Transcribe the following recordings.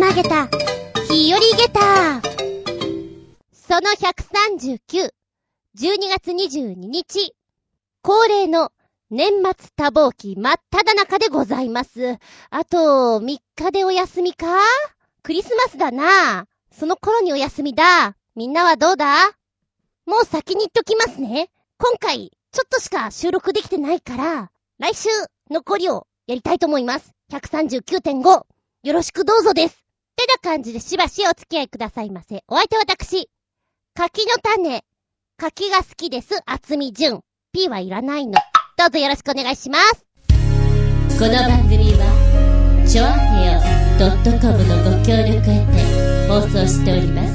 投げた日和ゲタその139、12月22日、恒例の年末多忙期真っ只中でございます。あと3日でお休みか？クリスマスだな。その頃にお休みだ。みんなはどうだ？もう先に言っときますね。今回ちょっとしか収録できてないから、来週残りをやりたいと思います。139.5 よろしくどうぞです。ってな感じでしばしお付き合いくださいませ。お相手は私、柿の種、柿が好きです、厚み純。P はいらないの。どうぞよろしくお願いします。 この番組はちょあへよ .com のご協力へて放送しております。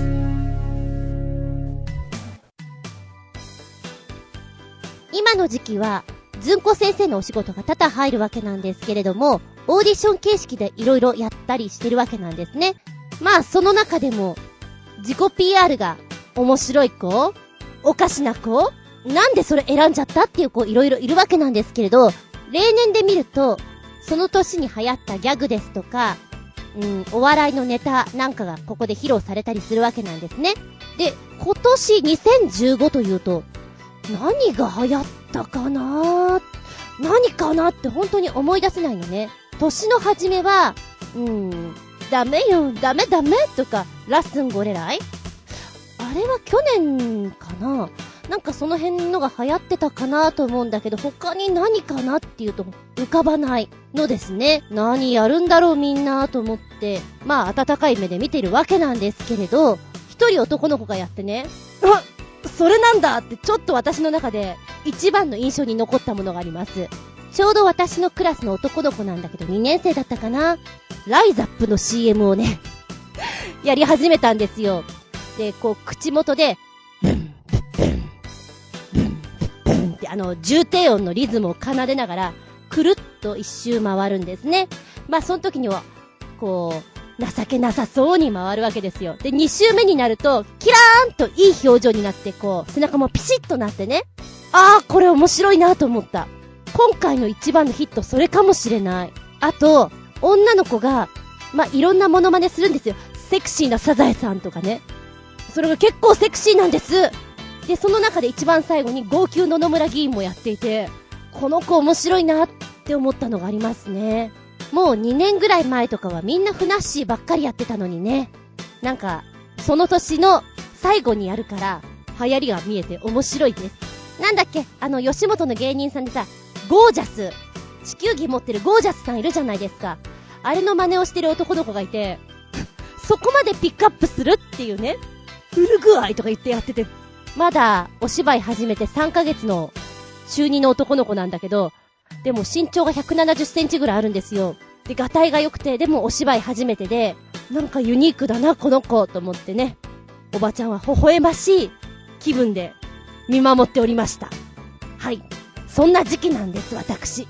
今の時期はずんこ先生のお仕事が多々入るわけなんですけれども、オーディション形式でいろいろやったりしてるわけなんですね。まあその中でも自己 PR が面白い子、おかしな子、なんでそれ選んじゃったっていう子いろいろいるわけなんですけれど、例年で見るとその年に流行ったギャグですとか、お笑いのネタなんかがここで披露されたりするわけなんですね。で、今年2015というと何が流行ったかな、何かなって本当に思い出せないのね。年の初めはダメよダメダメとかラッスンゴレライ、あれは去年かな、なんかその辺のが流行ってたかなと思うんだけど、他に何かなっていうと浮かばないのですね。何やるんだろうみんなと思って、まあ温かい目で見てるわけなんですけれど、一人男の子がやってね、それなんだってちょっと私の中で一番の印象に残ったものがあります。ちょうど私のクラスの男の子なんだけど2年生だったかな、ライザップの CM をねやり始めたんですよ。で、こう口元でブンブンブンブンって重低音のリズムを奏でながらくるっと一周回るんですね。まあその時にはこう情けなさそうに回るわけですよ。で、2周目になるとキラーンといい表情になって、こう背中もピシッとなってね、これ面白いなと思った。今回の一番のヒットそれかもしれない。あと女の子がいろんなモノマネするんですよ。セクシーなサザエさんとかね、それが結構セクシーなんです。で、その中で一番最後に号泣の野村議員もやっていて、この子面白いなって思ったのがありますね。もう2年ぐらい前とかはみんなフナッシーばっかりやってたのにね、なんかその年の最後にやるから流行りが見えて面白いです。なんだっけ、吉本の芸人さんでさ、ゴージャス、地球儀持ってるゴージャスさんいるじゃないですか。あれの真似をしてる男の子がいてそこまでピックアップするっていうね、ウルグアイとか言ってやってて、まだお芝居始めて3ヶ月の中2の男の子なんだけど、でも身長が170センチぐらいあるんですよ。で、ガタイが良くて、でもお芝居初めてで、なんかユニークだなこの子と思ってね、おばちゃんは微笑ましい気分で見守っておりました。はい、そんな時期なんです私。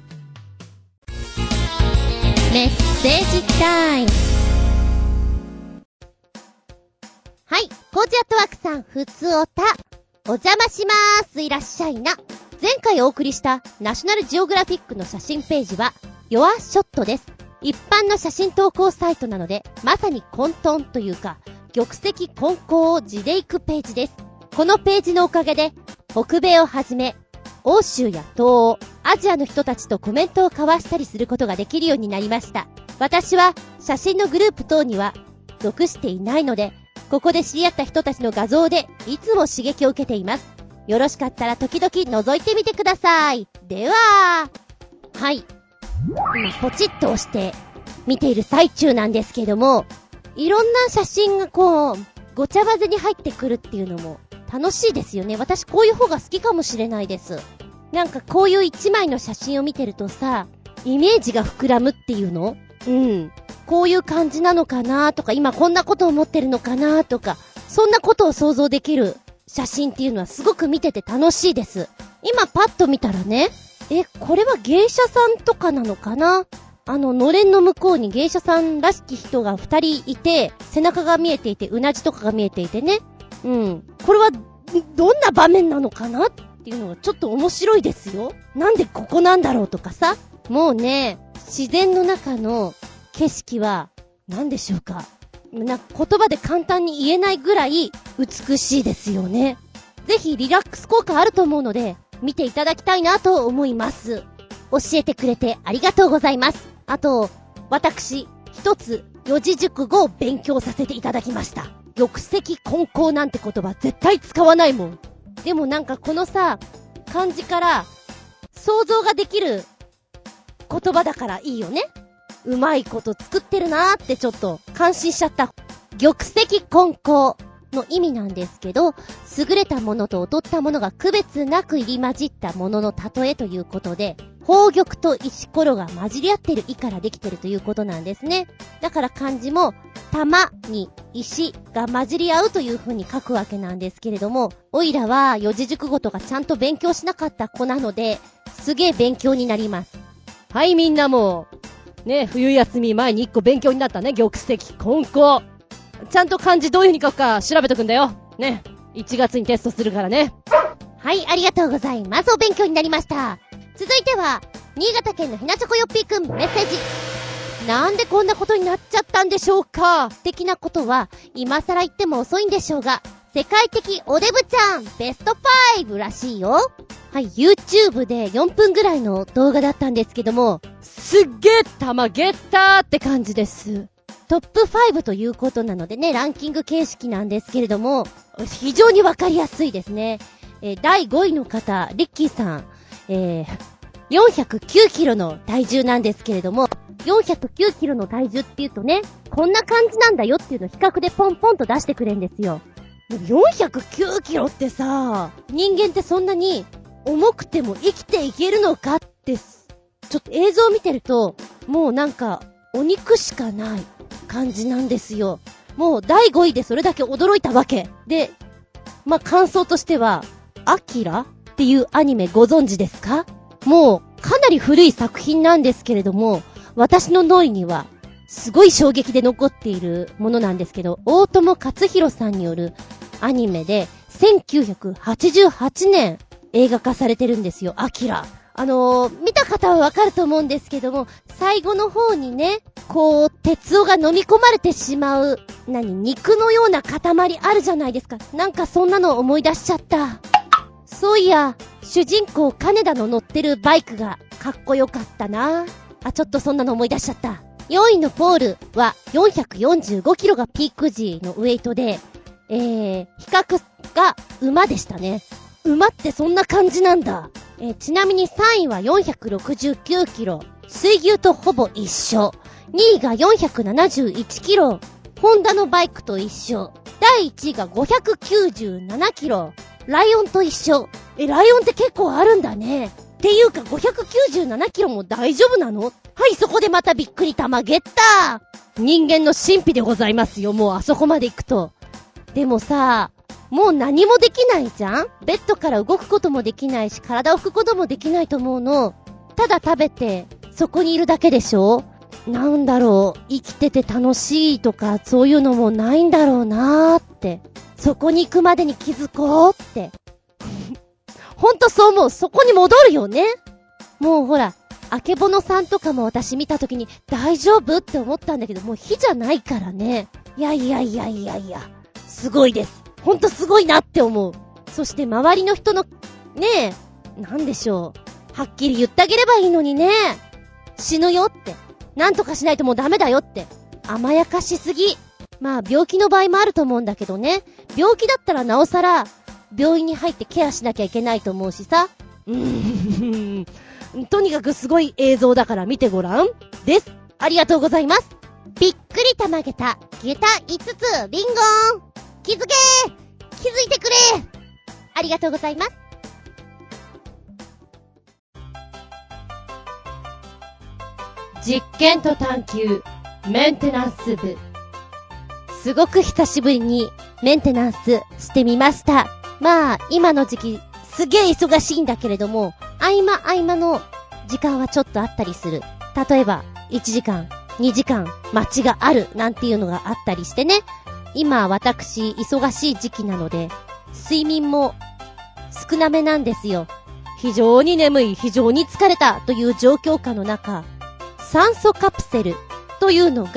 メッセージタイム。 はい、コージアットワークさん、ふつおたお邪魔しまーす。いらっしゃいな。前回お送りしたナショナルジオグラフィックの写真ページはヨアショットです。一般の写真投稿サイトなので、まさに混沌というか玉石混交地で行くページです。このページのおかげで北米をはじめ欧州や東欧、アジアの人たちとコメントを交わしたりすることができるようになりました。私は写真のグループ等には属していないので、ここで知り合った人たちの画像でいつも刺激を受けています。よろしかったら時々覗いてみてください。では、はい、今ポチッと押して見ている最中なんですけども、いろんな写真がこうごちゃ混ぜに入ってくるっていうのも楽しいですよね。私こういう方が好きかもしれないです。なんかこういう一枚の写真を見てるとさ、イメージが膨らむっていうの？こういう感じなのかなとか、今こんなことを思ってるのかなとか、そんなことを想像できる写真っていうのはすごく見てて楽しいです。今パッと見たらね、これは芸者さんとかなのかな？のれんの向こうに芸者さんらしき人が2人いて、背中が見えていて、うなじとかが見えていてね。これはどんな場面なのかなっていうのがちょっと面白いですよ。なんでここなんだろうとかさ。もうね、自然の中の景色はなんでしょうか。言葉で簡単に言えないぐらい美しいですよね。ぜひリラックス効果あると思うので、見ていただきたいなと思います。教えてくれてありがとうございます。あと、私、一つ、四字熟語を勉強させていただきました。玉石混交なんて言葉絶対使わないもん。でもこのさ、漢字から想像ができる言葉だからいいよね。うまいこと作ってるなーってちょっと感心しちゃった。玉石混交の意味なんですけど、優れたものと劣ったものが区別なく入り混じったものの例えということで、宝玉と石ころが混じり合ってる意からできてるということなんですね。だから漢字も玉に石が混じり合うという風に書くわけなんですけれども、おいらは四字熟語とかちゃんと勉強しなかった子なので、すげえ勉強になります。はい、みんなもね、冬休み前に一個勉強になったね。玉石混交。ちゃんと漢字どういう風に書くか調べとくんだよ。ね。1月にテストするからね。はい、ありがとうございます。お勉強になりました。続いては、新潟県のひなちょこよっぴーくんメッセージ。なんでこんなことになっちゃったんでしょうか。的なことは、今更言っても遅いんでしょうが、世界的おデブちゃんベスト5らしいよ。はい、YouTube で4分ぐらいの動画だったんですけども、すっげー玉ゲッターって感じです。トップ5ということなのでね、ランキング形式なんですけれども、非常にわかりやすいですね。第5位の方、リッキーさん、409キロの体重なんですけれども、409キロの体重って言うとね、こんな感じなんだよっていうのを比較でポンポンと出してくれるんですよ。409キロってさ、人間ってそんなに重くても生きていけるのかって、ちょっと映像を見てると、もうお肉しかない感じなんですよ。もう第5位でそれだけ驚いたわけ。で、感想としては、アキラっていうアニメご存知ですか？もうかなり古い作品なんですけれども、私の脳裏にはすごい衝撃で残っているものなんですけど、大友克洋さんによるアニメで1988年映画化されてるんですよ、アキラ。見た方はわかると思うんですけども、最後の方にね、鉄をが飲み込まれてしまう、肉のような塊あるじゃないですか。そんなの思い出しちゃった。そういや、主人公金田の乗ってるバイクがかっこよかったな。ちょっとそんなの思い出しちゃった。4位のポールは445キロがピーク時のウェイトで、比較が馬でしたね。馬ってそんな感じなんだ。ちなみに3位は469キロ。水牛とほぼ一緒。2位が471キロ。ホンダのバイクと一緒。第1位が597キロ。ライオンと一緒。ライオンって結構あるんだね。っていうか597キロも大丈夫なの？はい、そこでまたびっくり玉ゲッター。人間の神秘でございますよ。もうあそこまで行くと。でもさ、もう何もできないじゃん？ベッドから動くこともできないし、体を拭くこともできないと思うの。ただ食べて、そこにいるだけでしょ？なんだろう、生きてて楽しいとか、そういうのもないんだろうなーって。そこに行くまでに気づこうって。ほんとそう思う。そこに戻るよね。もうほら、あけぼのさんとかも私見たときに大丈夫って思ったんだけど、もう火じゃないからね。いや、すごいです。ほんとすごいなって思う。そして周りの人の、ねえ、なんでしょう。はっきり言ってあげればいいのにね。死ぬよって。なんとかしないともうダメだよって。甘やかしすぎ。病気の場合もあると思うんだけどね。病気だったらなおさら、病院に入ってケアしなきゃいけないと思うしさ。とにかくすごい映像だから見てごらん。です。ありがとうございます。びっくりたまげた、下駄5つ、リンゴーン。気づいてくれ。ありがとうございます。実験と探求、メンテナンス部。すごく久しぶりにメンテナンスしてみました。今の時期、すげえ忙しいんだけれども、合間の時間はちょっとあったりする。例えば、1時間、2時間、待ちがある、なんていうのがあったりしてね。今、私、忙しい時期なので、睡眠も少なめなんですよ。非常に眠い、非常に疲れたという状況下の中、酸素カプセルというのが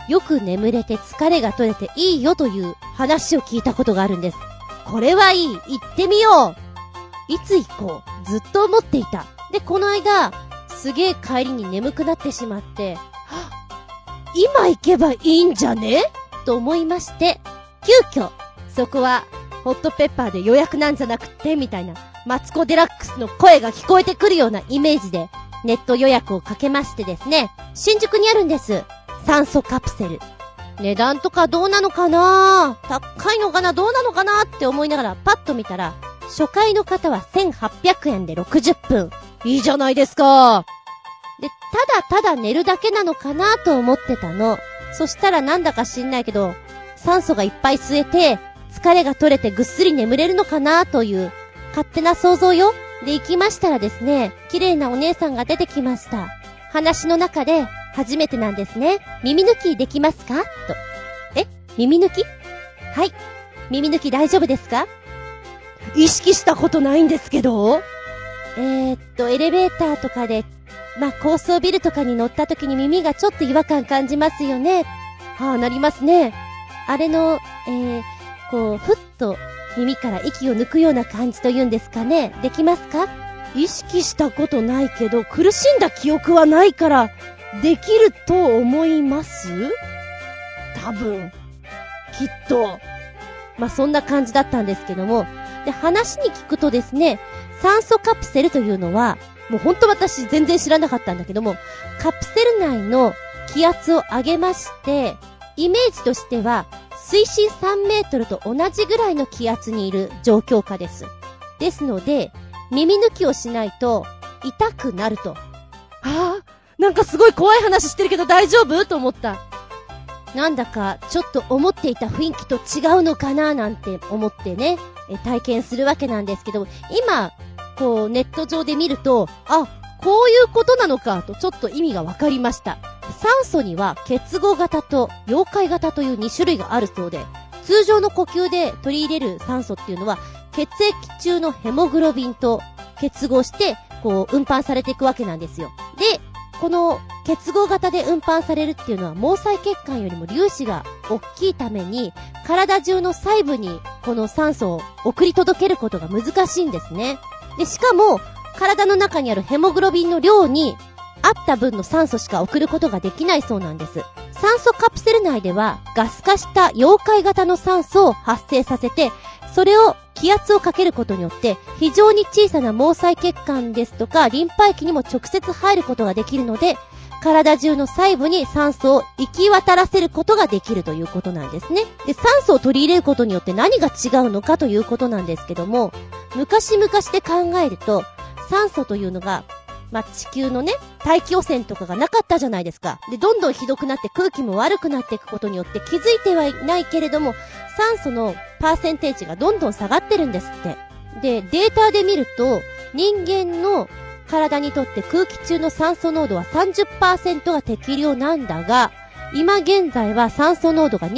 よく眠れて疲れが取れていいよという話を聞いたことがあるんです。これはいい。行ってみよう。いつ行こう。ずっと思っていた。で、この間、すげえ帰りに眠くなってしまって、今行けばいいんじゃねと思いまして、急遽、そこは、ホットペッパーで予約なんじゃなくて、みたいな、マツコデラックスの声が聞こえてくるようなイメージで、ネット予約をかけましてですね、新宿にあるんです。酸素カプセル。値段とかどうなのかな、高いのかな、どうなのかなって思いながらパッと見たら、初回の方は1800円で60分。いいじゃないですか。で、ただ寝るだけなのかなと思ってたの。そしたらなんだか知んないけど、酸素がいっぱい吸えて、疲れが取れてぐっすり眠れるのかなという、勝手な想像よ。で、行きましたらですね、綺麗なお姉さんが出てきました。話の中で、初めてなんですね。耳抜きできますかと。耳抜き？はい。耳抜き大丈夫ですか？意識したことないんですけど。エレベーターとかで、高層ビルとかに乗った時に耳がちょっと違和感感じますよね。なりますね。あれの、ふっと耳から息を抜くような感じというんですかね。できますか？意識したことないけど、苦しんだ記憶はないから、できると思います？多分。きっと。そんな感じだったんですけども。で、話に聞くとですね、酸素カプセルというのは、もうほんと私全然知らなかったんだけども、カプセル内の気圧を上げまして、イメージとしては、水深3メートルと同じぐらいの気圧にいる状況下です。ですので、耳抜きをしないと痛くなると。なんかすごい怖い話してるけど大丈夫？と思った。なんだかちょっと思っていた雰囲気と違うのかななんて思ってね、体験するわけなんですけど、今ネット上で見ると、こういうことなのかとちょっと意味がわかりました。酸素には結合型と溶解型という2種類があるそうで、通常の呼吸で取り入れる酸素っていうのは血液中のヘモグロビンと結合して運搬されていくわけなんですよ。で、この結合型で運搬されるっていうのは毛細血管よりも粒子が大きいために、体中の細部にこの酸素を送り届けることが難しいんですね。で、しかも体の中にあるヘモグロビンの量に合った分の酸素しか送ることができないそうなんです。酸素カプセル内ではガス化した溶解型の酸素を発生させて、それを気圧をかけることによって非常に小さな毛細血管ですとかリンパ液にも直接入ることができるので、体中の細部に酸素を行き渡らせることができるということなんですね。で、酸素を取り入れることによって何が違うのかということなんですけども、昔々で考えると酸素というのが地球のね、大気汚染とかがなかったじゃないですか。で、どんどんひどくなって空気も悪くなっていくことによって気づいてはいないけれども、酸素のパーセンテージがどんどん下がってるんですって。で、データで見ると、人間の体にとって空気中の酸素濃度は 30% が適量なんだが、今現在は酸素濃度が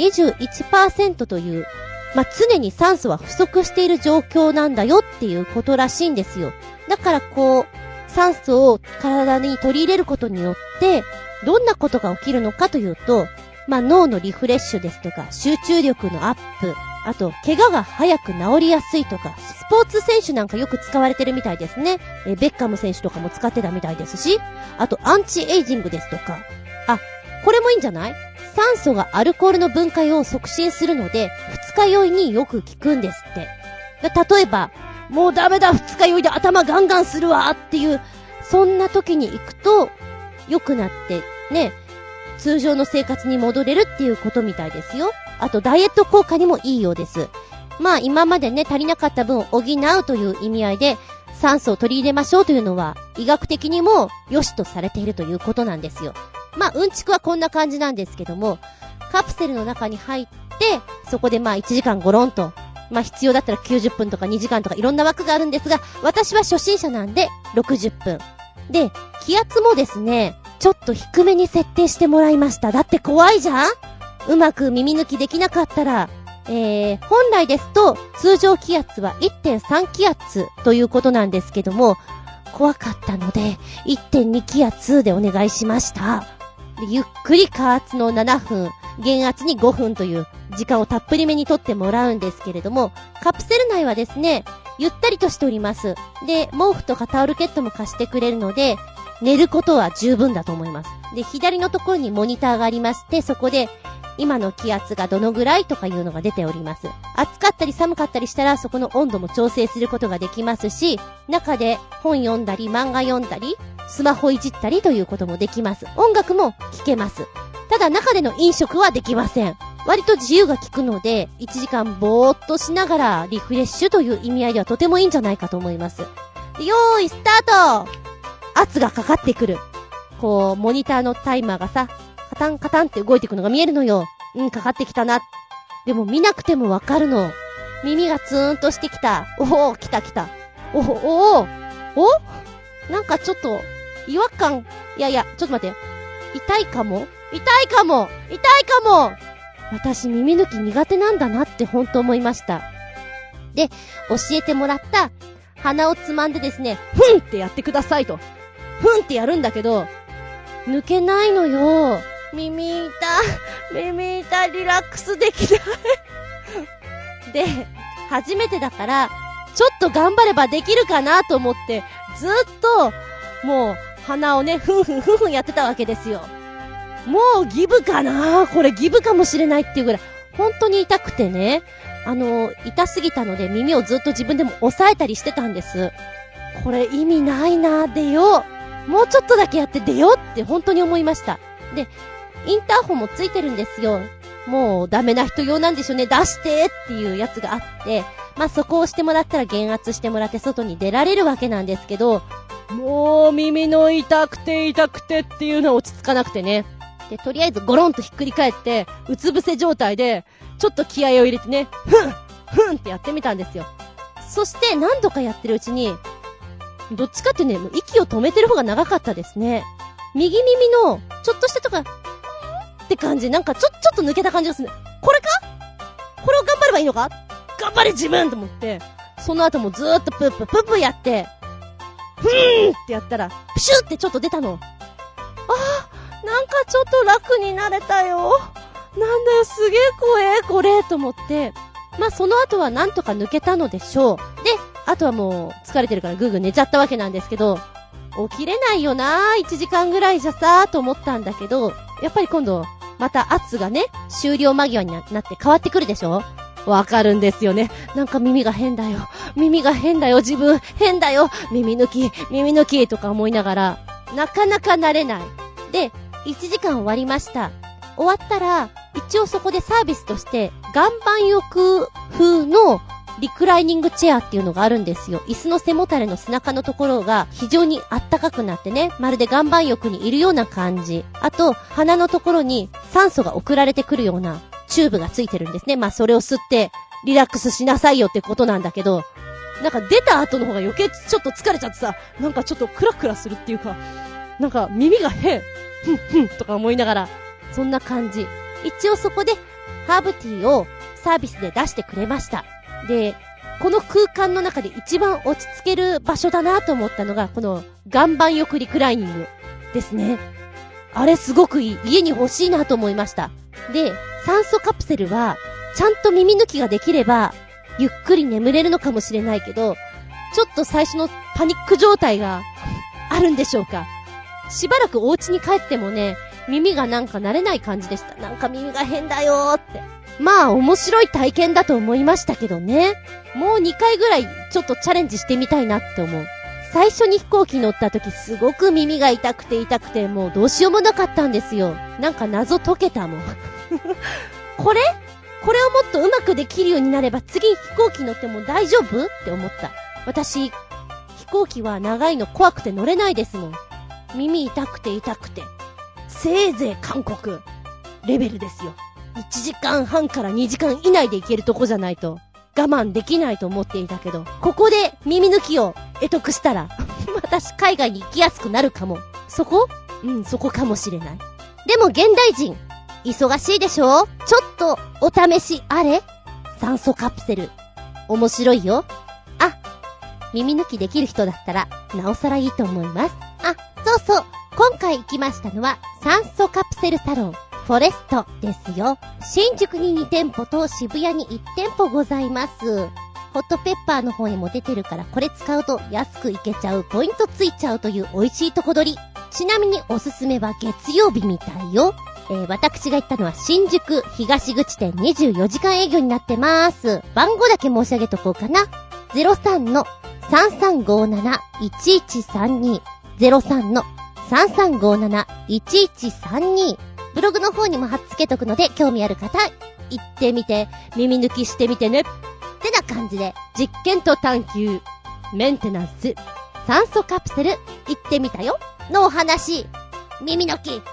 21% という、常に酸素は不足している状況なんだよっていうことらしいんですよ。だから酸素を体に取り入れることによってどんなことが起きるのかというと、脳のリフレッシュですとか集中力のアップ、あと怪我が早く治りやすいとか、スポーツ選手なんかよく使われてるみたいですね。ベッカム選手とかも使ってたみたいですし、あとアンチエイジングですとか、これもいいんじゃない？酸素がアルコールの分解を促進するので二日酔いによく効くんですって。例えばもうダメだ、二日酔いで頭ガンガンするわっていう、そんな時に行くと良くなってね、通常の生活に戻れるっていうことみたいですよ。あとダイエット効果にもいいようです。今までね、足りなかった分を補うという意味合いで酸素を取り入れましょうというのは医学的にも良しとされているということなんですよ。うんちくはこんな感じなんですけども、カプセルの中に入ってそこで1時間ゴロンと、必要だったら90分とか2時間とかいろんな枠があるんですが、私は初心者なんで60分。で、気圧もですね、ちょっと低めに設定してもらいました。だって怖いじゃん？うまく耳抜きできなかったら、本来ですと通常気圧は 1.3 気圧ということなんですけども、怖かったので 1.2 気圧でお願いしました。 で、ゆっくり加圧の7分、減圧に5分という時間をたっぷりめにとってもらうんですけれども、カプセル内はですね、ゆったりとしております。で、毛布とかタオルケットも貸してくれるので、寝ることは十分だと思います。で、左のところにモニターがありまして、そこで今の気圧がどのぐらいとかいうのが出ております。暑かったり寒かったりしたらそこの温度も調整することができますし、中で本読んだり漫画読んだり、スマホいじったりということもできます。音楽も聴けます。ただ中での飲食はできません。割と自由が利くので、1時間ぼーっとしながらリフレッシュという意味合いではとてもいいんじゃないかと思います。で、よーいスタート。圧がかかってくる。こう、モニターのタイマーがさ、カタンカタンって動いていくのが見えるのよ。かかってきたな。でも見なくてもわかるの。耳がツーンとしてきた。おー、来た。おなんかちょっと、違和感。いや、ちょっと待って。痛いかも。私耳抜き苦手なんだなってほんと思いました。で、教えてもらった鼻をつまんでですね、ふんってやってくださいと。ふんってやるんだけど、抜けないのよ。耳痛い、リラックスできない。で、初めてだから、ちょっと頑張ればできるかなと思って、ずっと、もう、鼻をね、ふんやってたわけですよ。もうギブかな？これギブかもしれないっていうぐらい、本当に痛くてね、痛すぎたので耳をずっと自分でも押さえたりしてたんです。これ意味ないな、出よう。もうちょっとだけやって出ようって本当に思いました。で、インターホンもついてるんですよ。もうダメな人用なんでしょうね。出してっていうやつがあって、そこを押してもらったら減圧してもらって外に出られるわけなんですけど、もう耳の痛くてっていうのは落ち着かなくてね。で、とりあえずゴロンとひっくり返って、うつ伏せ状態で、ちょっと気合を入れてね、ふんってやってみたんですよ。そして何度かやってるうちに、どっちかってね、もう息を止めてる方が長かったですね。右耳の、ちょっとしたとか、って感じ、なんかちょっと抜けた感じがする。これか？これを頑張ればいいのか？頑張れ自分と思って、その後もずーっとプッやって、ふーんってやったら、プシュってちょっと出たの。なんかちょっと楽になれたよ。なんだよ、すげえ怖え、これ、と思って。その後はなんとか抜けたのでしょう。で、あとはもう疲れてるからぐーぐー寝ちゃったわけなんですけど、起きれないよなー、1時間ぐらいじゃさーと思ったんだけど、やっぱり今度、また圧がね、終了間際になって変わってくるでしょ？わかるんですよね。なんか耳が変だよ、自分変だよ、耳抜きとか思いながら、なかなか慣れない。で、1時間終わりました。終わったら、一応そこでサービスとして、岩盤浴風のリクライニングチェアっていうのがあるんですよ。椅子の背もたれの背中のところが非常にあったかくなってね、まるで岩盤浴にいるような感じ。あと、鼻のところに酸素が送られてくるようなチューブがついてるんですね。それを吸ってリラックスしなさいよってことなんだけど、なんか出た後の方が余計ちょっと疲れちゃってさ、なんかちょっとクラクラするっていうか、なんか耳が変。ふんとか思いながら、そんな感じ。一応そこでハーブティーをサービスで出してくれました。で、この空間の中で一番落ち着ける場所だなと思ったのが、この岩盤浴リクライニングですね。あれすごくいい。家に欲しいなと思いました。で、酸素カプセルは、ちゃんと耳抜きができれば、ゆっくり眠れるのかもしれないけど、ちょっと最初のパニック状態があるんでしょうか。しばらくお家に帰ってもね、耳がなんか慣れない感じでした。なんか耳が変だよーって。面白い体験だと思いましたけどね。もう2回ぐらいちょっとチャレンジしてみたいなって思う。最初に飛行機乗った時すごく耳が痛くてもうどうしようもなかったんですよ。なんか謎解けたもん。これをもっとうまくできるようになれば次飛行機乗っても大丈夫って思った。私、飛行機は長いの怖くて乗れないですもん。耳痛くてせいぜい韓国レベルですよ。1時間半から2時間以内で行けるとこじゃないと我慢できないと思っていたけど、ここで耳抜きを得得したら私海外に行きやすくなるかも。そこかもしれない。でも現代人忙しいでしょ？ちょっとお試しあれ？酸素カプセル面白いよ。耳抜きできる人だったらなおさらいいと思います。そう、 今回行きましたのは酸素カプセルサロンフォレストですよ。新宿に2店舗と渋谷に1店舗ございます。ホットペッパーの方にも出てるから、これ使うと安くいけちゃう、ポイントついちゃうという美味しいとこ取り。ちなみにおすすめは月曜日みたいよ。私が行ったのは新宿東口店24時間営業になってます。番号だけ申し上げとこうかな。03-3357-1132 03-3357-1132。ブログの方にも貼っつけとくので、興味ある方行ってみて耳抜きしてみてねってな感じで、実験と探求メンテナンス酸素カプセル行ってみたよのお話。耳抜き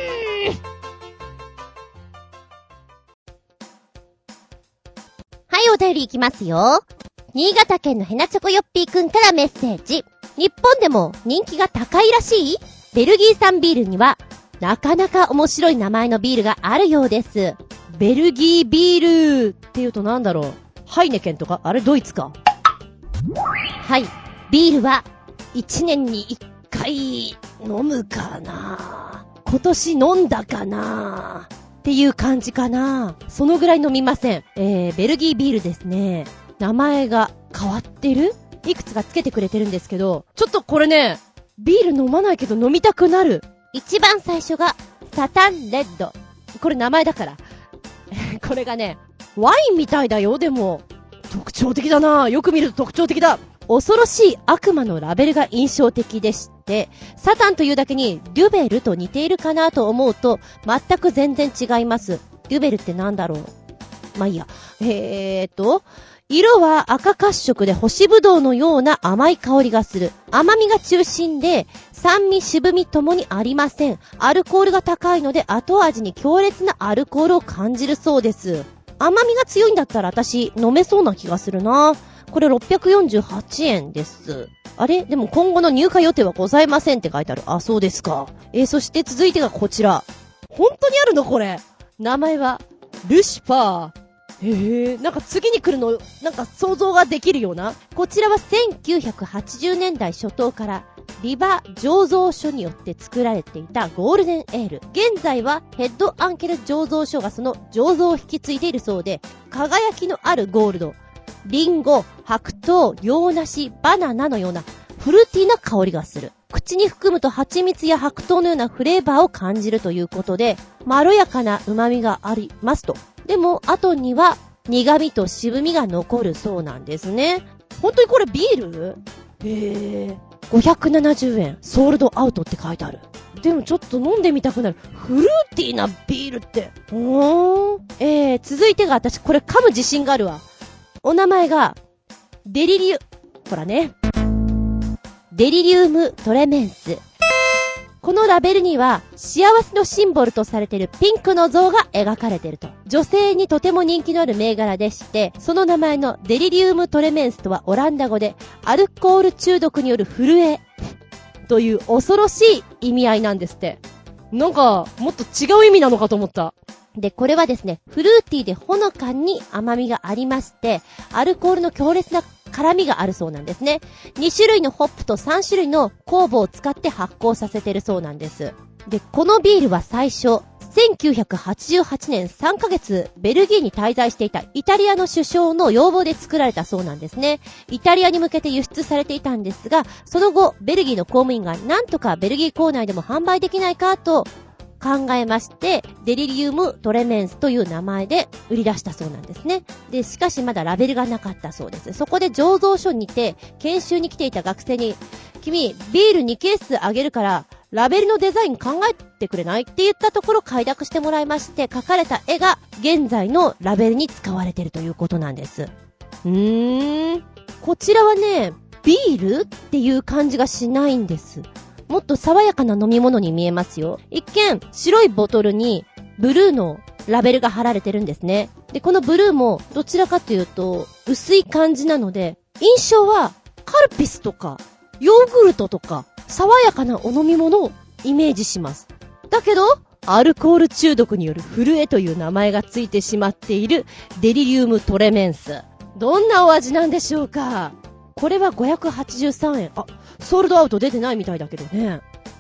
はい、お便りいきますよ。新潟県のヘナチョコヨッピーくんからメッセージ。日本でも人気が高いらしいベルギー産ビールにはなかなか面白い名前のビールがあるようです。ベルギービールっていうとなんだろう。ハイネケンとか、あれドイツか。はい。ビールは1年に1回飲むかな。今年飲んだかなっていう感じかな。そのぐらい飲みません。ベルギービールですね。名前が変わってる？いくつかつけてくれてるんですけど、ちょっとこれね、ビール飲まないけど飲みたくなる。一番最初がサタンレッド。これ名前だからこれがね、ワインみたいだよ。でも特徴的だな。よく見ると特徴的だ。恐ろしい悪魔のラベルが印象的でして、サタンというだけにデュベルと似ているかなと思うと全く全然違います。デュベルってなんだろう。まあいいや。色は赤褐色で干しぶどうのような甘い香りがする。甘みが中心で、酸味、渋みともにありません。アルコールが高いので後味に強烈なアルコールを感じるそうです。甘みが強いんだったら私飲めそうな気がするな。これ648円です。あれ？でも今後の入荷予定はございませんって書いてある。あ、そうですか。そして続いてがこちら。本当にあるのこれ。名前はルシファー。なんか次に来るの、なんか想像ができるような。こちらは1980年代初頭からリバ醸造所によって作られていたゴールデンエール。現在はヘッドアンケル醸造所がその醸造を引き継いでいるそうで、輝きのあるゴールド、リンゴ、白桃、洋梨、バナナのようなフルーティーな香りがする。口に含むと蜂蜜や白桃のようなフレーバーを感じるということで、まろやかな旨味がありますと。でも後には苦味と渋みが残るそうなんですね。本当にこれビール？570円ソールドアウトって書いてある。でもちょっと飲んでみたくなる。フルーティーなビールって。続いてが私これ噛む自信があるわ。お名前がデリリウムトレメンス。このラベルには幸せのシンボルとされているピンクの像が描かれていると。女性にとても人気のある銘柄でして、その名前のデリリウムトレメンスとはオランダ語でアルコール中毒による震えという恐ろしい意味合いなんですって。なんかもっと違う意味なのかと思った。で、これはですね、フルーティーでほのかに甘みがありまして、アルコールの強烈な辛みがあるそうなんですね。2種類のホップと3種類の酵母を使って発酵させているそうなんです。で、このビールは最初、1988年3ヶ月ベルギーに滞在していたイタリアの首相の要望で作られたそうなんですね。イタリアに向けて輸出されていたんですが、その後、ベルギーの公務員がなんとかベルギー港内でも販売できないかと考えまして、デリリウムトレメンスという名前で売り出したそうなんですね。で、しかしまだラベルがなかったそうです。そこで醸造所にて研修に来ていた学生に、君、ビール2ケースあげるから、ラベルのデザイン考えてくれないって言ったところ快諾してもらいまして、描かれた絵が現在のラベルに使われているということなんです。こちらはね、ビールっていう感じがしないんです。もっと爽やかな飲み物に見えますよ。一見、白いボトルにブルーのラベルが貼られてるんですね。で、このブルーもどちらかというと薄い感じなので、印象はカルピスとかヨーグルトとか爽やかなお飲み物をイメージします。だけど、アルコール中毒による震えという名前がついてしまっているデリリウムトレメンス。どんなお味なんでしょうか。これは583円。あ、ソールドアウト出てないみたいだけどね。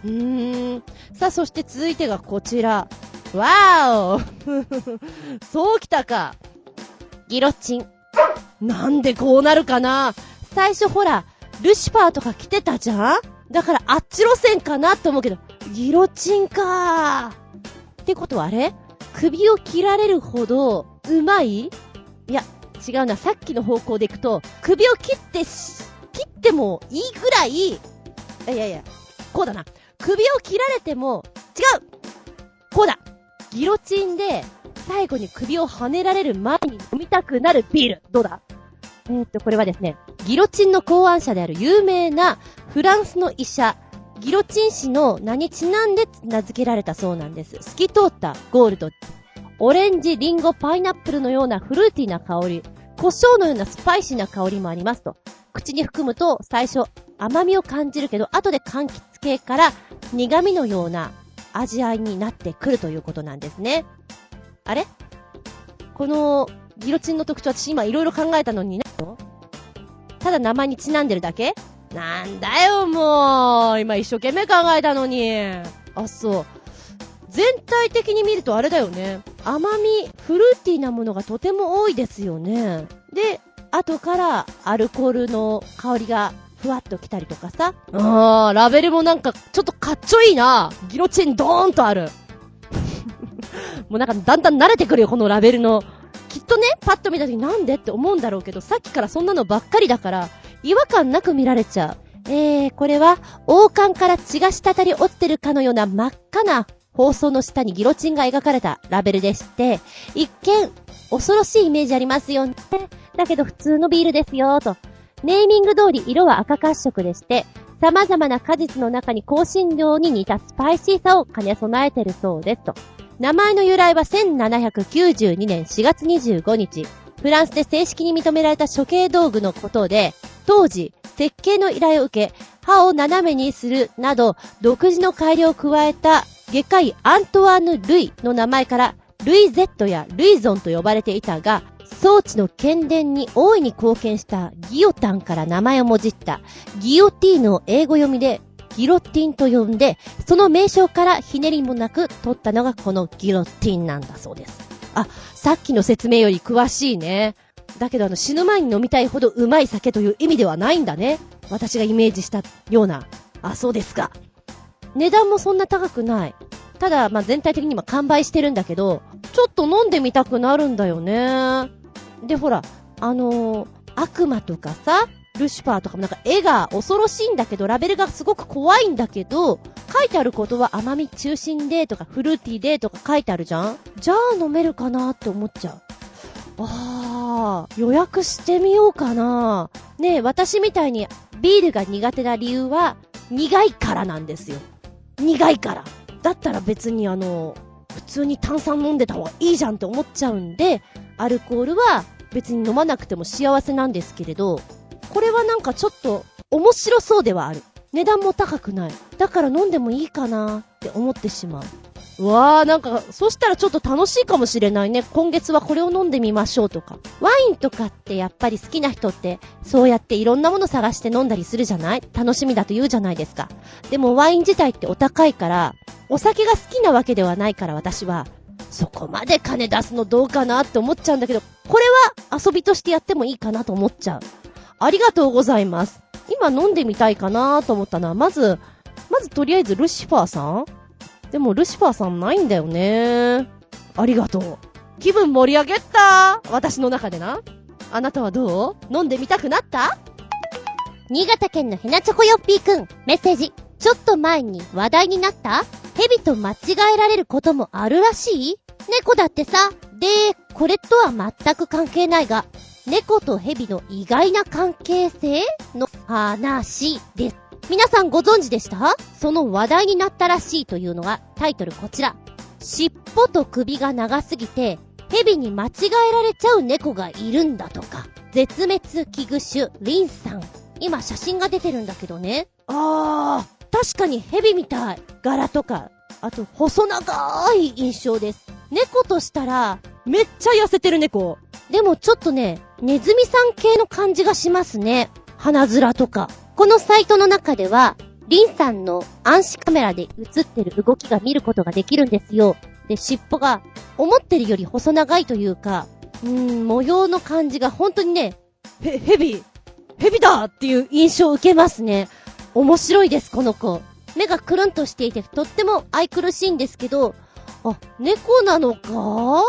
さあ、そして続いてがこちら。わーおそうきたか。ギロチン。なんでこうなるかな。最初ほら、ルシファーとか来てたじゃん。だからあっち路線かなって思うけど、ギロチンかー。ってことはあれ？首を切られるほどうまい？いや、違うな。さっきの方向でいくと、首を切ってもいいぐらい、いや、こうだな。首を切られても、違う！こうだ！ギロチンで、最後に首を跳ねられる前に飲みたくなるビール。どうだ？これはですね、ギロチンの考案者である有名なフランスの医者、ギロチン氏の名にちなんで名付けられたそうなんです。透き通ったゴールド。オレンジ、リンゴ、パイナップルのようなフルーティーな香り、胡椒のようなスパイシーな香りもありますと。口に含むと最初甘みを感じるけど、後で柑橘系から苦味のような味わいになってくるということなんですね。あれ？このギロチンの特徴、私今いろいろ考えたのにね。ただ名前にちなんでるだけ？なんだよもう、今一生懸命考えたのに。あ、そう。全体的に見るとあれだよね。甘み、フルーティーなものがとても多いですよね。で、後からアルコールの香りがふわっと来たりとかさ。ラベルもなんかちょっとかっちょいいな。ギロチンドーンとある。もうなんかだんだん慣れてくるよ、このラベルの。きっとね、パッと見た時になんでって思うんだろうけど、さっきからそんなのばっかりだから、違和感なく見られちゃう。これは王冠から血が滴り落ちてるかのような真っ赤な包装の下にギロチンが描かれたラベルでして、一見恐ろしいイメージありますよね。だけど普通のビールですよと。ネーミング通り色は赤褐色でして、様々な果実の中に香辛料に似たスパイシーさを兼ね備えてるそうですと。名前の由来は1792年4月25日、フランスで正式に認められた処刑道具のことで、当時、設計の依頼を受け、刃を斜めにするなど、独自の改良を加えた外科医アントワーヌ・ルイの名前から、ルイゼットやルイゾンと呼ばれていたが、装置の検伝に大いに貢献したギオタンから名前をもじったギオティーヌを英語読みでギロティンと呼んで、その名称からひねりもなく取ったのがこのギロティンなんだそうです。あ、さっきの説明より詳しいね。だけど死ぬ前に飲みたいほどうまい酒という意味ではないんだね。私がイメージしたような。あ、そうですか。値段もそんな高くない。ただ、全体的に今完売してるんだけど、ちょっと飲んでみたくなるんだよね。で、ほら、悪魔とかさ、ルシファーとかもなんか絵が恐ろしいんだけど、ラベルがすごく怖いんだけど、書いてあることは甘み中心でとかフルーティーでとか書いてあるじゃん。じゃあ飲めるかなって思っちゃう。予約してみようかな。ねえ、私みたいにビールが苦手な理由は苦いからなんですよ。苦いから。だったら別に普通に炭酸飲んでた方がいいじゃんって思っちゃうんで、アルコールは別に飲まなくても幸せなんですけれど、これはなんかちょっと面白そうではある。値段も高くない。だから飲んでもいいかなって思ってしまう。なんか、そしたらちょっと楽しいかもしれないね。今月はこれを飲んでみましょうとか。ワインとかってやっぱり好きな人って、そうやっていろんなもの探して飲んだりするじゃない？楽しみだと言うじゃないですか。でもワイン自体ってお高いから、お酒が好きなわけではないから私は、そこまで金出すのどうかなって思っちゃうんだけど、これは遊びとしてやってもいいかなと思っちゃう。ありがとうございます。今飲んでみたいかなと思ったのは、まずとりあえずルシファーさん？でもルシファーさんないんだよね。ありがとう。気分盛り上げた。私の中でな。あなたはどう？飲んでみたくなった？ 新潟県のヘナチョコヨッピーくん、メッセージ。ちょっと前に話題になった蛇と間違えられることもあるらしい？猫だってさ。で、これとは全く関係ないが、猫と蛇の意外な関係性の話です。皆さんご存知でした？その話題になったらしいというのがタイトルこちら。尻尾と首が長すぎて蛇に間違えられちゃう猫がいるんだとか。絶滅危惧種リンさん。今写真が出てるんだけどね。確かに蛇みたい。柄とか、あと細長い印象です。猫としたらめっちゃ痩せてる猫。 でもちょっとね、ネズミさん系の感じがしますね。鼻面とか。このサイトの中では、 リンさんの暗視カメラで映ってる動きが見ることができるんですよ。で、尻尾が思ってるより細長いというか、模様の感じが本当にね、ヘビだっていう印象を受けますね。面白いです、この子。目がくるんとしていて、とっても愛くるしいんですけど、あ、猫なのか？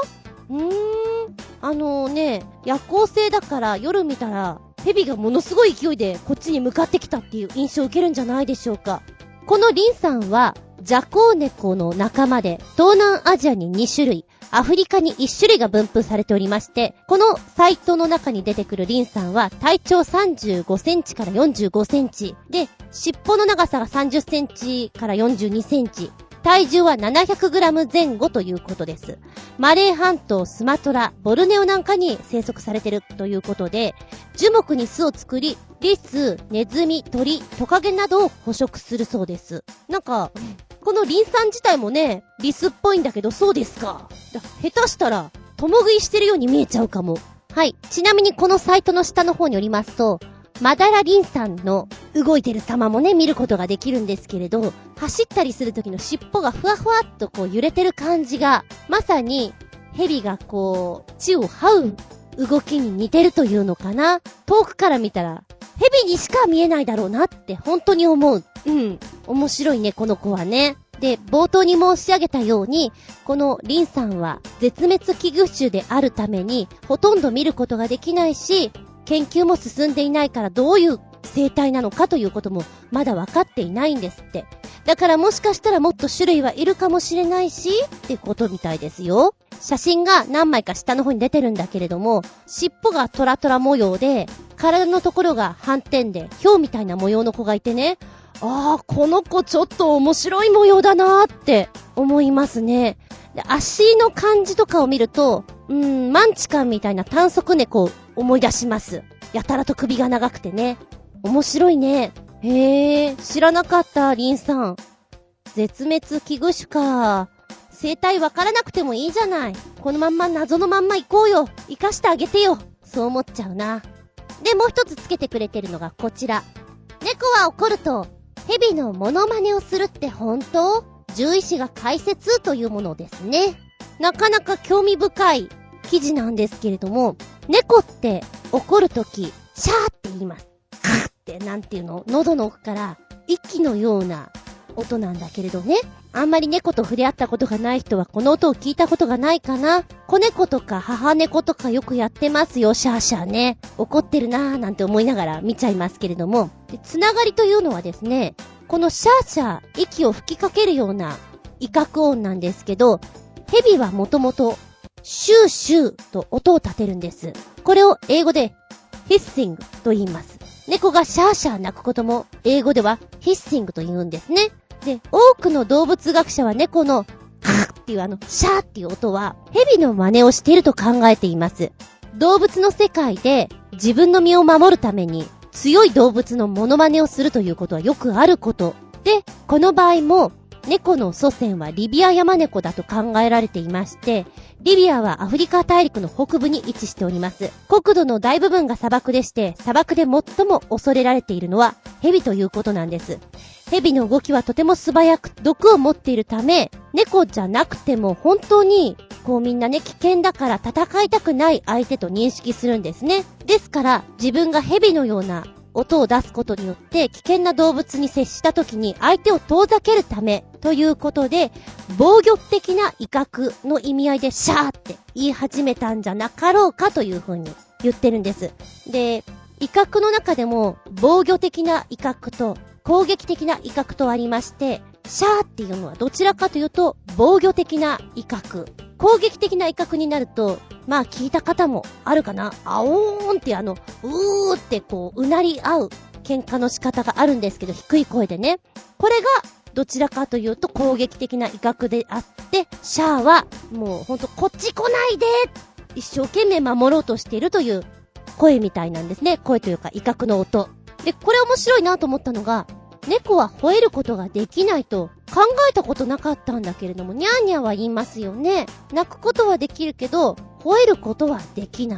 夜行性だから夜見たら、ヘビがものすごい勢いでこっちに向かってきたっていう印象を受けるんじゃないでしょうか。このリンさんは、ジャコウネコの仲間で、東南アジアに2種類、アフリカに1種類が分布されておりまして、このサイトの中に出てくるリンさんは体長35センチから45センチで、尻尾の長さが30センチから42センチ、体重は700グラム前後ということです。マレー半島、スマトラ、ボルネオなんかに生息されているということで、樹木に巣を作り、リス、ネズミ、鳥、トカゲなどを捕食するそうです。なんか、このリンさん自体もね、リスっぽいんだけど、そうですか。下手したら、共食いしてるように見えちゃうかも。はい。ちなみにこのサイトの下の方によりますと、マダラリンさんの動いてる様もね、見ることができるんですけれど、走ったりする時の尻尾がふわふわっとこう揺れてる感じが、まさにヘビがこう、地を這う動きに似てるというのかな。遠くから見たら、ヘビにしか見えないだろうなって本当に思う。面白いね、この子はね。で、冒頭に申し上げたように、このリンさんは絶滅危惧種であるために、ほとんど見ることができないし、研究も進んでいないからどういう生態なのかということもまだ分かっていないんですって。だからもしかしたらもっと種類はいるかもしれないし、ってことみたいですよ。写真が何枚か下の方に出てるんだけれども、尻尾がトラトラ模様で、体のところが斑点で、ヒョウみたいな模様の子がいてね、この子ちょっと面白い模様だなーって思いますね。で、足の感じとかを見ると、マンチカンみたいな短足猫を思い出します。やたらと首が長くてね。面白いね。へー、知らなかった、リンさん。絶滅危惧種か。生態わからなくてもいいじゃない。このまんま謎のまんま行こうよ。生かしてあげてよ。そう思っちゃうな。で、もう一つつけてくれてるのがこちら。猫は怒ると、蛇のモノマネをするって本当？獣医師が解説というものですね。なかなか興味深い記事なんですけれども、猫って怒るとき、シャーって言います。カーってなんていうの？喉の奥から息のような音なんだけれどね。あんまり猫と触れ合ったことがない人はこの音を聞いたことがないかな。子猫とか母猫とかよくやってますよ、シャーシャーね。怒ってるなーなんて思いながら見ちゃいますけれども。で、つながりというのはですね、このシャーシャー、息を吹きかけるような威嚇音なんですけど、ヘビはもともとシューシューと音を立てるんです。これを英語でヒッシングと言います。猫がシャーシャー鳴くことも英語ではヒッシングと言うんですね。で、多くの動物学者は猫のカーっていうシャーっていう音はヘビの真似をしていると考えています。動物の世界で自分の身を守るために強い動物のモノマネをするということはよくあることで、この場合も猫の祖先はリビアヤマネコだと考えられていまして、リビアはアフリカ大陸の北部に位置しております。国土の大部分が砂漠でして、砂漠で最も恐れられているのはヘビということなんです。ヘビの動きはとても素早く毒を持っているため、猫じゃなくても本当にこうみんなね、危険だから戦いたくない相手と認識するんですね。ですから自分がヘビのような音を出すことによって危険な動物に接した時に相手を遠ざけるためということで、防御的な威嚇の意味合いでシャーって言い始めたんじゃなかろうかというふうに言ってるんです。で、威嚇の中でも防御的な威嚇と攻撃的な威嚇とありまして、シャーっていうのはどちらかというと防御的な威嚇。攻撃的な威嚇になると、まあ聞いた方もあるかな。あおーんってうーってこう、うなり合う喧嘩の仕方があるんですけど、低い声でね。これがどちらかというと攻撃的な威嚇であって、シャーはもうほんとこっち来ないで一生懸命守ろうとしているという声みたいなんですね。声というか威嚇の音。で、これ面白いなと思ったのが、猫は吠えることができないと考えたことなかったんだけれども、ニャーニャーは言いますよね。鳴くことはできるけど、吠えることはできない。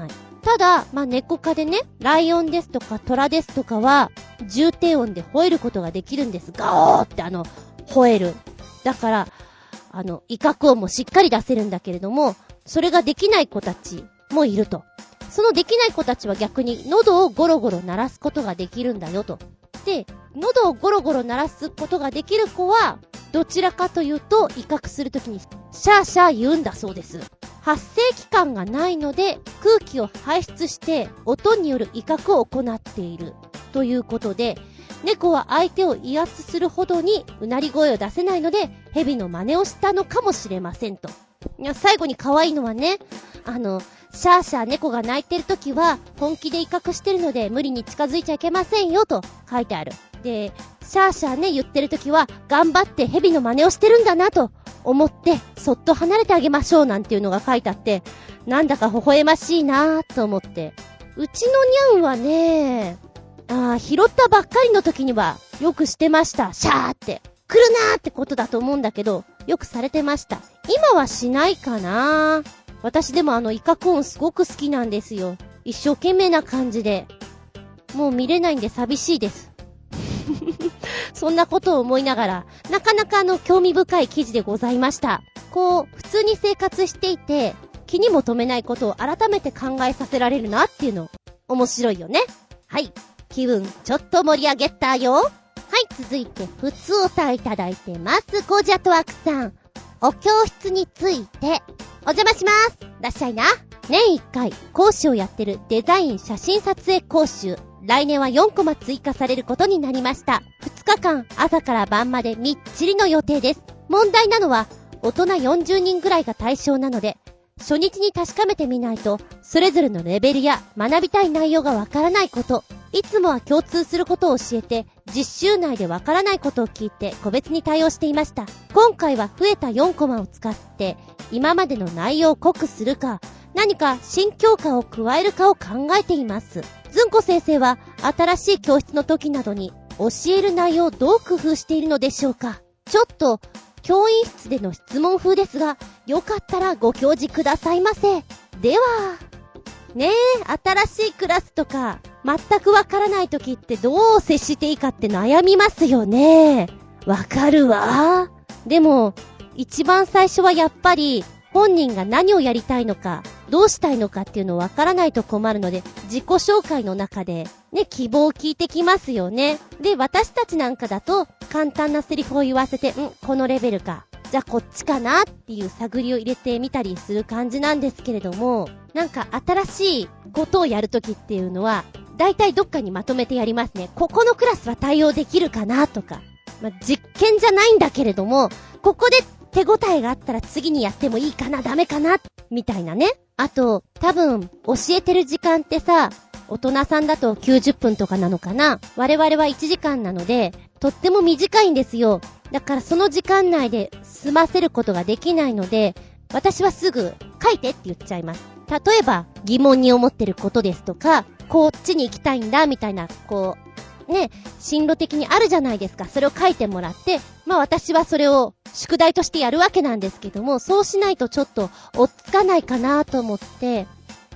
ただ、猫科でね、ライオンですとかトラですとかは、重低音で吠えることができるんです。ガオーって吠える。だから、威嚇音もしっかり出せるんだけれども、それができない子たちもいると。そのできない子たちは逆に喉をゴロゴロ鳴らすことができるんだよと。で、喉をゴロゴロ鳴らすことができる子は、どちらかというと威嚇するときにシャーシャー言うんだそうです。発声器官がないので空気を排出して音による威嚇を行っているということで、猫は相手を威圧するほどにうなり声を出せないので蛇の真似をしたのかもしれませんと。いや、最後に可愛いのはね、シャーシャー猫が泣いてるときは本気で威嚇してるので無理に近づいちゃいけませんよと書いてある。で、シャーシャーね言ってるときは頑張って蛇の真似をしてるんだなと思ってそっと離れてあげましょうなんていうのが書いてあって、なんだか微笑ましいなーと思って。うちのニャンはね、拾ったばっかりの時にはよくしてました。シャーって来るなーってことだと思うんだけど、よくされてました。今はしないかな。私でも威嚇音すごく好きなんですよ。一生懸命な感じで。もう見れないんで寂しいです。そんなことを思いながら、なかなか興味深い記事でございました。普通に生活していて、気にも留めないことを改めて考えさせられるなっていうの、面白いよね。はい。気分ちょっと盛り上げたよ。はい、続いて、普通お歌いただいてます。ゴージャットワークさん。お教室について、お邪魔します。らっしゃいな。年1回、講師をやってるデザイン写真撮影講習。来年は4コマ追加されることになりました。2日間、朝から晩までみっちりの予定です。問題なのは、大人40人ぐらいが対象なので、初日に確かめてみないと、それぞれのレベルや学びたい内容がわからないこと、いつもは共通することを教えて、実習内でわからないことを聞いて個別に対応していました。今回は増えた4コマを使って、今までの内容を濃くするか、何か新教科を加えるかを考えています。ずんこ先生は新しい教室の時などに教える内容をどう工夫しているのでしょうか。ちょっと教員室での質問風ですが、よかったらご教示くださいませ。では、ねえ、新しいクラスとか全くわからない時ってどう接していいかって悩みますよね。わかるわ。でも一番最初はやっぱり本人が何をやりたいのか、どうしたいのかっていうのをわからないと困るので、自己紹介の中でね、希望を聞いてきますよね。で、私たちなんかだと簡単なセリフを言わせて、このレベルか、じゃあこっちかなっていう探りを入れてみたりする感じなんですけれども、なんか新しいことをやるときっていうのは、だいたいどっかにまとめてやりますね。ここのクラスは対応できるかなとか、実験じゃないんだけれども、ここで手応えがあったら次にやってもいいかな、ダメかなみたいなね。あと、多分教えてる時間ってさ、大人さんだと90分とかなのかな。我々は1時間なので、とっても短いんですよ。だからその時間内で済ませることができないので、私はすぐ書いてって言っちゃいます。例えば疑問に思ってることですとか、こっちに行きたいんだみたいな、進路的にあるじゃないですか。それを書いてもらって、私はそれを宿題としてやるわけなんですけども、そうしないとちょっと追っつかないかなと思って、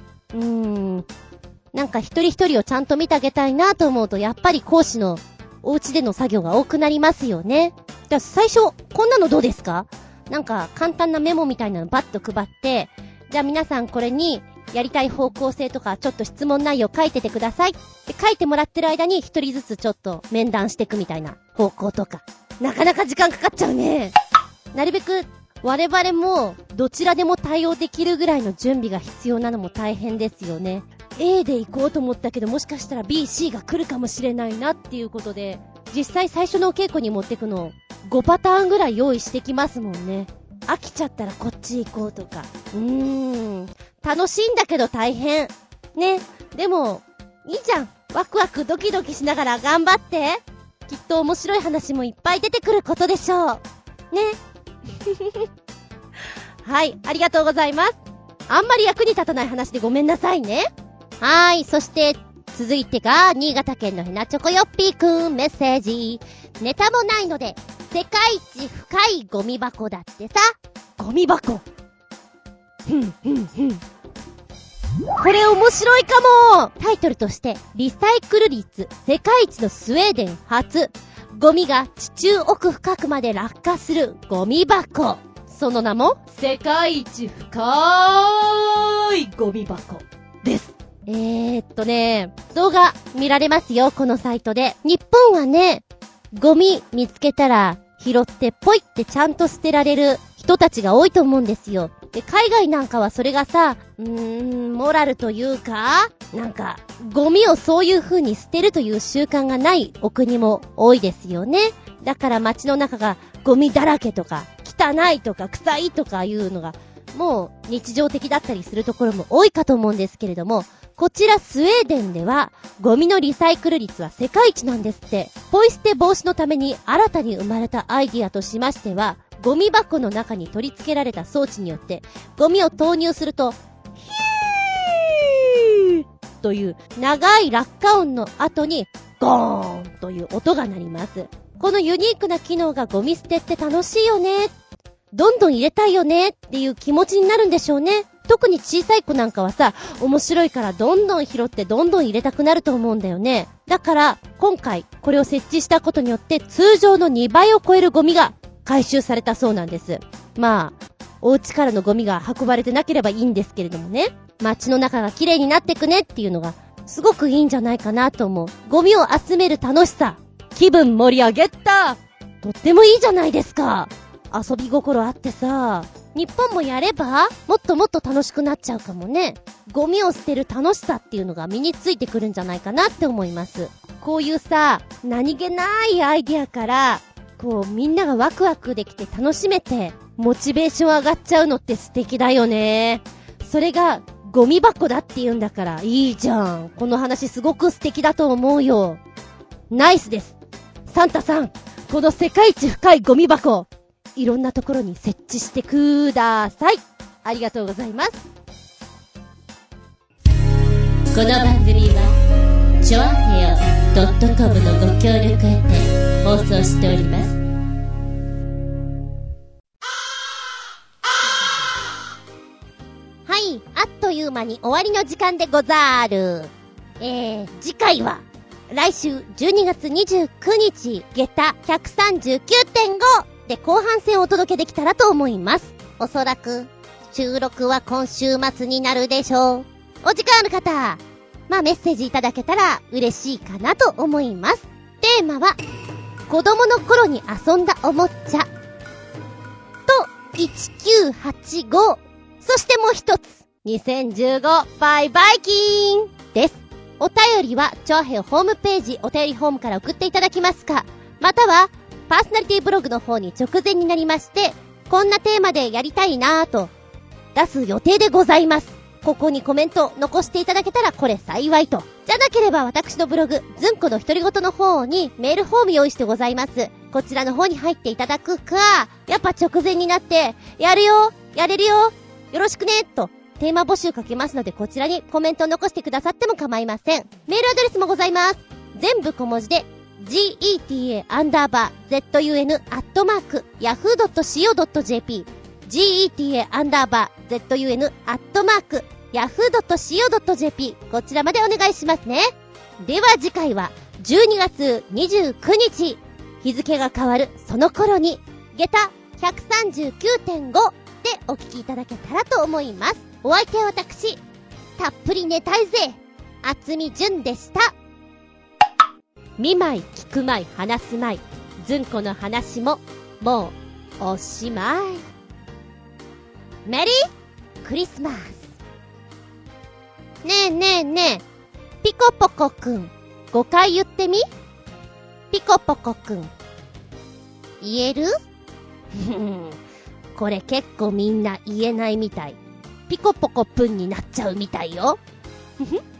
なんか一人一人をちゃんと見てあげたいなと思うと、やっぱり講師のお家での作業が多くなりますよね。じゃあ最初、こんなのどうですか？なんか簡単なメモみたいなのバッと配って、じゃあ皆さんこれにやりたい方向性とかちょっと質問内容書いててください。で書いてもらってる間に一人ずつちょっと面談していくみたいな方向とか。なかなか時間かかっちゃうね。なるべく我々もどちらでも対応できるぐらいの準備が必要なのも大変ですよね。A で行こうと思ったけど、もしかしたら B、C が来るかもしれないなっていうことで、実際最初のお稽古に持ってくの5パターンぐらい用意してきますもんね。飽きちゃったらこっち行こうとか。楽しいんだけど大変。ね。でも、いいじゃん。ワクワクドキドキしながら頑張って。きっと面白い話もいっぱい出てくることでしょう。ね。はい、ありがとうございます。あんまり役に立たない話でごめんなさいね。はい、そして続いてが新潟県のヘナチョコヨッピーくんメッセージ。ネタもないので世界一深いゴミ箱だってさ。ゴミ箱。 これ面白いかも。タイトルとして、リサイクル率世界一のスウェーデン初、ゴミが地中奥深くまで落下するゴミ箱。その名も、世界一深いゴミ箱です。動画見られますよ、このサイトで。日本はね、ゴミ見つけたら拾ってポイってちゃんと捨てられる人たちが多いと思うんですよ。で、海外なんかはそれがさ、モラルというか、なんか、ゴミをそういう風に捨てるという習慣がないお国も多いですよね。だから街の中がゴミだらけとか、汚いとか臭いとかいうのが、もう日常的だったりするところも多いかと思うんですけれども、こちらスウェーデンではゴミのリサイクル率は世界一なんですって。ポイ捨て防止のために新たに生まれたアイディアとしましては、ゴミ箱の中に取り付けられた装置によってゴミを投入するとヒーという長い落下音の後にゴーンという音が鳴ります。このユニークな機能がゴミ捨てって楽しいよね、どんどん入れたいよねっていう気持ちになるんでしょうね。特に小さい子なんかはさ、面白いからどんどん拾ってどんどん入れたくなると思うんだよね。だから今回これを設置したことによって通常の2倍を超えるゴミが回収されたそうなんです。まあお家からのゴミが運ばれてなければいいんですけれどもね、街の中が綺麗になってくねっていうのがすごくいいんじゃないかなと思う。ゴミを集める楽しさ、気分盛り上げた、とってもいいじゃないですか。遊び心あってさ、日本もやればもっともっと楽しくなっちゃうかもね。ゴミを捨てる楽しさっていうのが身についてくるんじゃないかなって思います。こういうさ、何気ないアイディアからこうみんながワクワクできて楽しめてモチベーション上がっちゃうのって素敵だよね。それがゴミ箱だって言うんだからいいじゃん。この話すごく素敵だと思うよ。ナイスです。サンタさん、この世界一深いゴミ箱いろんなところに設置してください。ありがとうございます。 この番組はちょあへよ .com のご協力へて放送しております。 はい、あっという間に終わりの時間でござる。次回は来週12月29日下駄 139.5 で後半戦をお届けできたらと思います。おそらく収録は今週末になるでしょう。お時間ある方、メッセージいただけたら嬉しいかなと思います。テーマは子供の頃に遊んだおもちゃと1985、そしてもう一つ2015バイバイキーンです。お便りはチョアヘヨホームページお便りフォームから送っていただきますか、またはパーソナリティブログの方に直前になりまして、こんなテーマでやりたいなぁと出す予定でございます。ここにコメント残していただけたらこれ幸いと。じゃなければ私のブログずんこの独り言の方にメールフォーム用意してございます。こちらの方に入っていただくか、やっぱ直前になってやるよ、やれるよ、よろしくねとテーマ募集かけますので、こちらにコメントを残してくださっても構いません。メールアドレスもございます。全部小文字でgeta_zun@yahoo.co.jp geta_zun@yahoo.co.jp こちらまでお願いしますね。では次回は12月29日、日付が変わるその頃に下駄 139.5 でお聞きいただけたらと思います。お相手は私、たっぷり寝たいぜ、あつみじゅんでした。見舞い聞く舞い話す舞い、ずんこの話ももうおしまい。メリークリスマス。ねえねえねえ、ピコポコくん5回言ってみ。ピコポコくん言える？これ結構みんな言えないみたい。ピコポコぷんになっちゃうみたいよ。